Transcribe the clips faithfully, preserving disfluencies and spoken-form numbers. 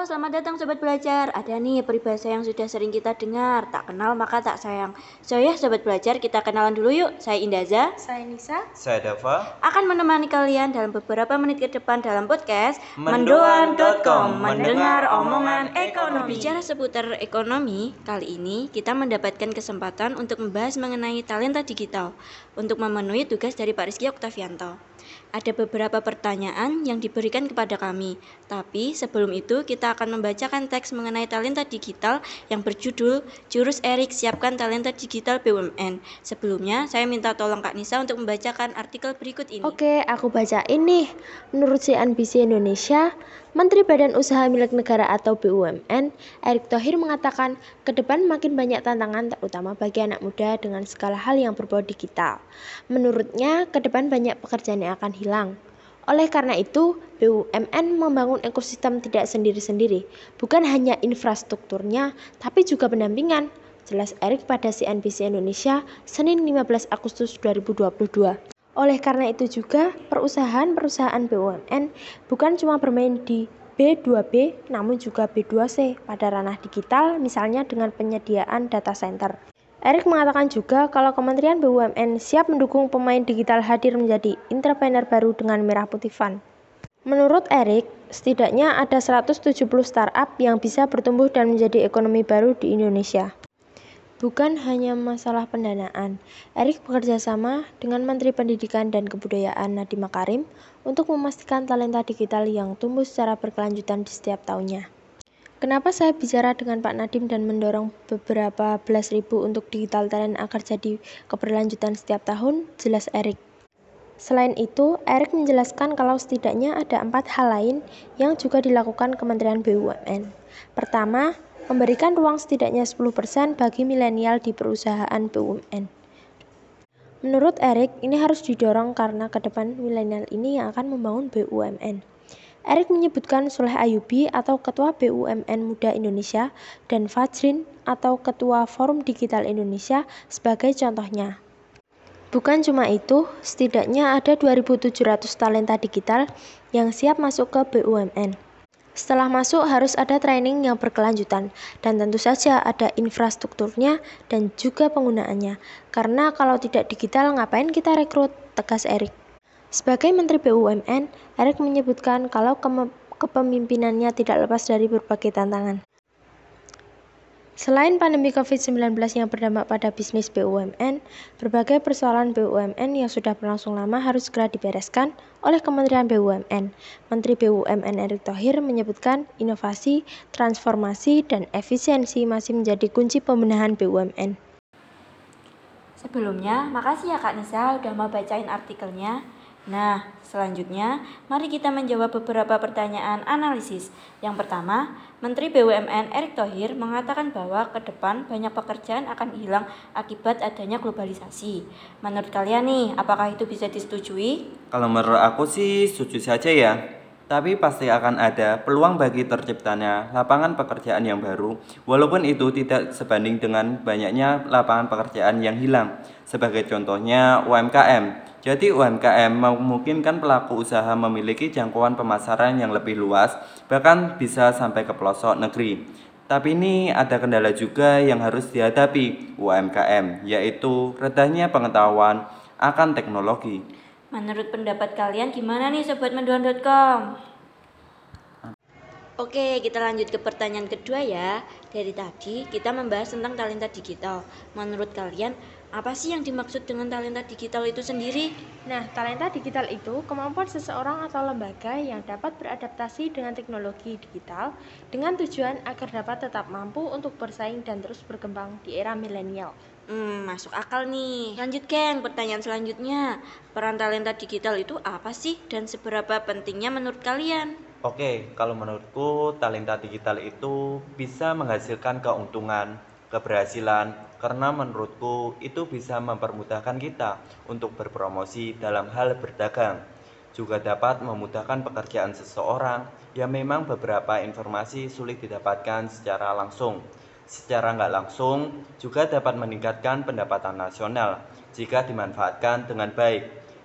selamat datang Sobat Belajar. Ada nih peribahasa yang sudah sering kita dengar, tak kenal maka tak sayang. So ya Sobat Belajar, kita kenalan dulu yuk. Saya Indaza, saya Nisa, saya Dava, akan menemani kalian dalam beberapa menit ke depan dalam podcast mendoan dot com, mendengar omongan ekonomi. Bicara seputar ekonomi, kali ini kita mendapatkan kesempatan untuk membahas mengenai talenta digital untuk memenuhi tugas dari Pak Rizky Oktavianto. Ada beberapa pertanyaan yang diberikan kepada kami, tapi sebelum itu kita akan membacakan teks mengenai talenta digital yang berjudul Jurus Erik Siapkan Talenta Digital B U M N. Sebelumnya, saya minta tolong Kak Nisa untuk membacakan artikel berikut ini. Oke, aku bacain nih. Menurut C N B C Indonesia, Menteri Badan Usaha Milik Negara atau B U M N, Erick Thohir mengatakan, ke depan makin banyak tantangan terutama bagi anak muda dengan segala hal yang berbau digital. Menurutnya, ke depan banyak pekerjaan yang akan hilang. Oleh karena itu, B U M N membangun ekosistem tidak sendiri-sendiri, bukan hanya infrastrukturnya, tapi juga pendampingan. Jelas Erick pada C N B C Indonesia, Senin lima belas Agustus dua ribu dua puluh dua. Oleh karena itu juga, perusahaan-perusahaan B U M N bukan cuma bermain di B dua B, namun juga B dua C pada ranah digital, misalnya dengan penyediaan data center. Erick mengatakan juga kalau Kementerian B U M N siap mendukung pemain digital hadir menjadi entrepreneur baru dengan Merah Putih Fund. Menurut Erick, setidaknya ada seratus tujuh puluh startup yang bisa bertumbuh dan menjadi ekonomi baru di Indonesia. Bukan hanya masalah pendanaan, Erick bekerja sama dengan Menteri Pendidikan dan Kebudayaan Nadiem Makarim untuk memastikan talenta digital yang tumbuh secara berkelanjutan di setiap tahunnya. Kenapa saya bicara dengan Pak Nadiem dan mendorong beberapa belas ribu untuk digital talent agar jadi keberlanjutan setiap tahun? Jelas Erick. Selain itu, Erick menjelaskan kalau setidaknya ada empat hal lain yang juga dilakukan Kementerian B U M N. Pertama, memberikan ruang setidaknya sepuluh persen bagi milenial di perusahaan B U M N. Menurut Erick, ini harus didorong karena ke depan milenial ini yang akan membangun B U M N. Erick menyebutkan Soleh Ayubi atau Ketua B U M N Muda Indonesia dan Fajrin atau Ketua Forum Digital Indonesia sebagai contohnya. Bukan cuma itu, setidaknya ada dua ribu tujuh ratus talenta digital yang siap masuk ke B U M N. Setelah masuk harus ada training yang berkelanjutan dan tentu saja ada infrastrukturnya dan juga penggunaannya. Karena kalau tidak digital ngapain kita rekrut, tegas Erick. Sebagai Menteri B U M N, Erick menyebutkan kalau ke- kepemimpinannya tidak lepas dari berbagai tantangan. Selain pandemi covid sembilan belas yang berdampak pada bisnis B U M N, berbagai persoalan B U M N yang sudah berlangsung lama harus segera dibereskan oleh Kementerian B U M N. Menteri B U M N Erick Thohir menyebutkan inovasi, transformasi, dan efisiensi masih menjadi kunci pembenahan B U M N. Sebelumnya, makasih ya Kak Nisa udah mau bacain artikelnya. Nah, selanjutnya mari kita menjawab beberapa pertanyaan analisis. Yang pertama, Menteri B U M N Erick Thohir mengatakan bahwa ke depan banyak pekerjaan akan hilang akibat adanya globalisasi. Menurut kalian nih, apakah itu bisa disetujui? Kalau menurut aku sih setuju saja ya. Tapi pasti akan ada peluang bagi terciptanya lapangan pekerjaan yang baru, walaupun itu tidak sebanding dengan banyaknya lapangan pekerjaan yang hilang. Sebagai contohnya U M K M. Jadi U M K M memungkinkan pelaku usaha memiliki jangkauan pemasaran yang lebih luas, bahkan bisa sampai ke pelosok negeri. Tapi ini ada kendala juga yang harus dihadapi U M K M, yaitu redahnya pengetahuan akan teknologi. Menurut pendapat kalian gimana nih Sobat Mendoan dot com? Oke, kita lanjut ke pertanyaan kedua ya. Dari tadi kita membahas tentang talenta digital. Menurut kalian, apa sih yang dimaksud dengan talenta digital itu sendiri? Nah, talenta digital itu kemampuan seseorang atau lembaga yang dapat beradaptasi dengan teknologi digital dengan tujuan agar dapat tetap mampu untuk bersaing dan terus berkembang di era milenial. Hmm, masuk akal nih. Lanjut Geng, pertanyaan selanjutnya. Peran talenta digital itu apa sih dan seberapa pentingnya menurut kalian? Oke, kalau menurutku talenta digital itu bisa menghasilkan keuntungan, keberhasilan, karena menurutku itu bisa mempermudahkan kita untuk berpromosi dalam hal berdagang. Juga dapat memudahkan pekerjaan seseorang yang memang beberapa informasi sulit didapatkan secara langsung. Secara nggak langsung juga dapat meningkatkan pendapatan nasional jika dimanfaatkan dengan baik.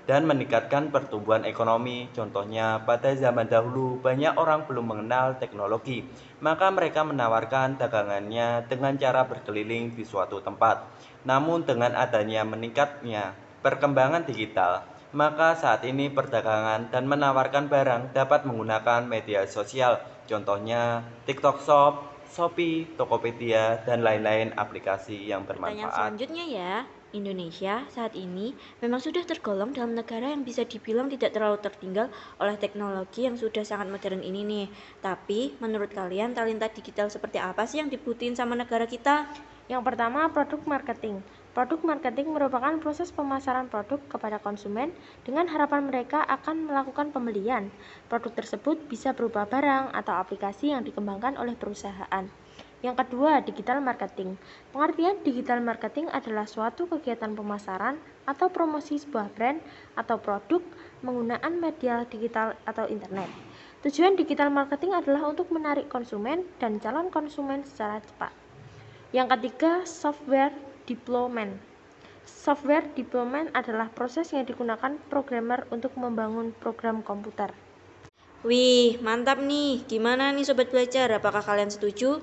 dan meningkatkan pertumbuhan ekonomi. Contohnya, pada zaman dahulu banyak orang belum mengenal teknologi, maka mereka menawarkan dagangannya dengan cara berkeliling di suatu tempat. Namun dengan adanya meningkatnya perkembangan digital, maka saat ini perdagangan dan menawarkan barang dapat menggunakan media sosial. Contohnya TikTok Shop, Shopee, Tokopedia, dan lain-lain aplikasi yang Pertanyaan bermanfaat. selanjutnya ya, Indonesia saat ini memang sudah tergolong dalam negara yang bisa dibilang tidak terlalu tertinggal oleh teknologi yang sudah sangat modern ini nih. Tapi menurut kalian talenta digital seperti apa sih yang dibutuhin sama negara kita? Yang pertama, produk marketing. Produk marketing merupakan proses pemasaran produk kepada konsumen dengan harapan mereka akan melakukan pembelian. Produk tersebut bisa berupa barang atau aplikasi yang dikembangkan oleh perusahaan. Yang kedua, digital marketing. Pengertian digital marketing adalah suatu kegiatan pemasaran atau promosi sebuah brand atau produk menggunakan media digital atau internet. Tujuan digital marketing adalah untuk menarik konsumen dan calon konsumen secara cepat. Yang ketiga, software development. Software development adalah proses yang digunakan programmer untuk membangun program komputer. Wih, mantap nih. Gimana nih sobat belajar? Apakah kalian setuju?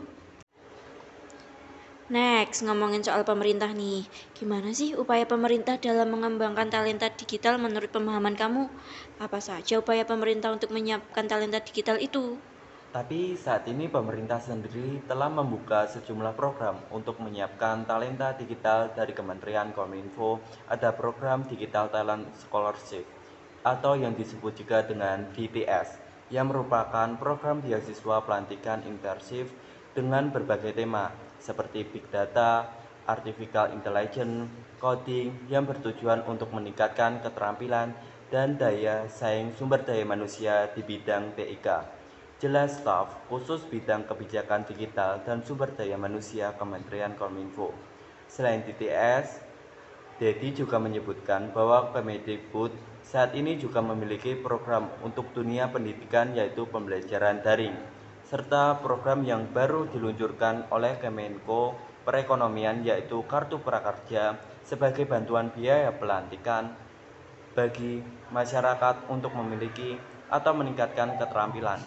Next, ngomongin soal pemerintah nih. Gimana sih upaya pemerintah dalam mengembangkan talenta digital menurut pemahaman kamu? Apa saja upaya pemerintah untuk menyiapkan talenta digital itu? Tapi saat ini pemerintah sendiri telah membuka sejumlah program untuk menyiapkan talenta digital dari Kementerian Kominfo. Ada program Digital Talent Scholarship atau yang disebut juga dengan D T S, yang merupakan program beasiswa pelantikan intensif dengan berbagai tema seperti Big Data, Artificial Intelligence, Coding yang bertujuan untuk meningkatkan keterampilan dan daya saing sumber daya manusia di bidang T I K. Jelas staf khusus bidang kebijakan digital dan sumber daya manusia Kementerian Kominfo. Selain D T S, Dedi juga menyebutkan bahwa Kemendikbud saat ini juga memiliki program untuk dunia pendidikan yaitu pembelajaran daring, serta program yang baru diluncurkan oleh Kemenko Perekonomian yaitu Kartu Prakerja sebagai bantuan biaya pelantikan bagi masyarakat untuk memiliki atau meningkatkan keterampilan.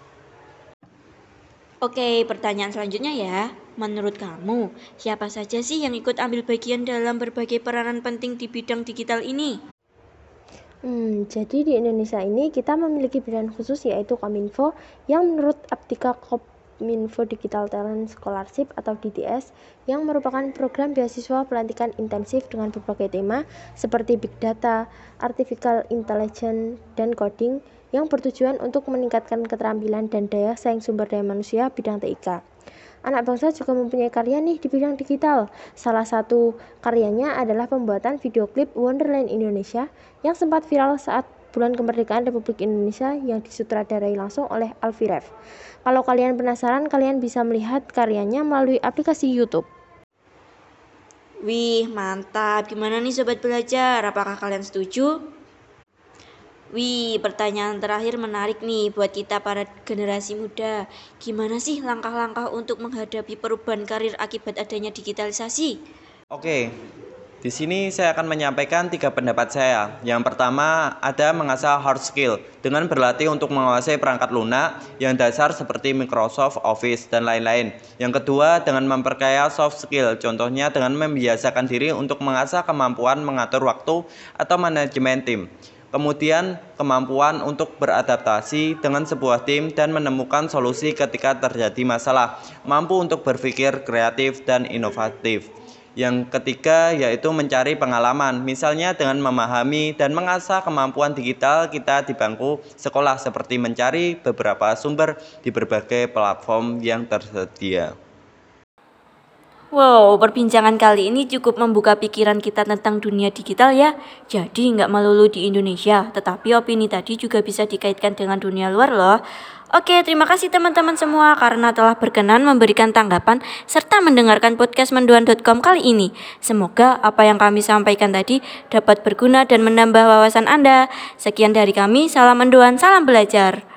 Oke, pertanyaan selanjutnya ya. Menurut kamu, siapa saja sih yang ikut ambil bagian dalam berbagai peranan penting di bidang digital ini? Hmm, jadi di Indonesia ini kita memiliki badan khusus yaitu Kominfo yang menurut Aptika Kominfo Digital Talent Scholarship atau D T S yang merupakan program beasiswa pelantikan intensif dengan berbagai tema seperti Big Data, Artificial Intelligence, dan Coding yang bertujuan untuk meningkatkan keterampilan dan daya saing sumber daya manusia bidang T I K. Anak bangsa juga mempunyai karya nih di bidang digital. Salah satu karyanya adalah pembuatan video klip Wonderland Indonesia yang sempat viral saat Bulan Kemerdekaan Republik Indonesia yang disutradarai langsung oleh Alfie Rev. Kalau kalian penasaran, kalian bisa melihat karyanya melalui aplikasi YouTube. Wih, mantap. Gimana nih sobat belajar? Apakah kalian setuju? Wih, pertanyaan terakhir menarik nih buat kita para generasi muda. Gimana sih langkah-langkah untuk menghadapi perubahan karir akibat adanya digitalisasi? Oke, di sini saya akan menyampaikan tiga pendapat saya. Yang pertama, ada mengasah hard skill dengan berlatih untuk menguasai perangkat lunak yang dasar seperti Microsoft Office dan lain-lain. Yang kedua, dengan memperkaya soft skill, contohnya dengan membiasakan diri untuk mengasah kemampuan mengatur waktu atau manajemen tim. Kemudian, kemampuan untuk beradaptasi dengan sebuah tim dan menemukan solusi ketika terjadi masalah, mampu untuk berpikir kreatif dan inovatif. Yang ketiga yaitu mencari pengalaman, misalnya dengan memahami dan mengasah kemampuan digital kita di bangku sekolah seperti mencari beberapa sumber di berbagai platform yang tersedia. Wow, perbincangan kali ini cukup membuka pikiran kita tentang dunia digital ya. Jadi nggak melulu di Indonesia, tetapi opini tadi juga bisa dikaitkan dengan dunia luar loh. Oke, terima kasih teman-teman semua karena telah berkenan memberikan tanggapan serta mendengarkan podcast menduan dot com kali ini. Semoga apa yang kami sampaikan tadi dapat berguna dan menambah wawasan Anda. Sekian dari kami, salam menduan, salam belajar.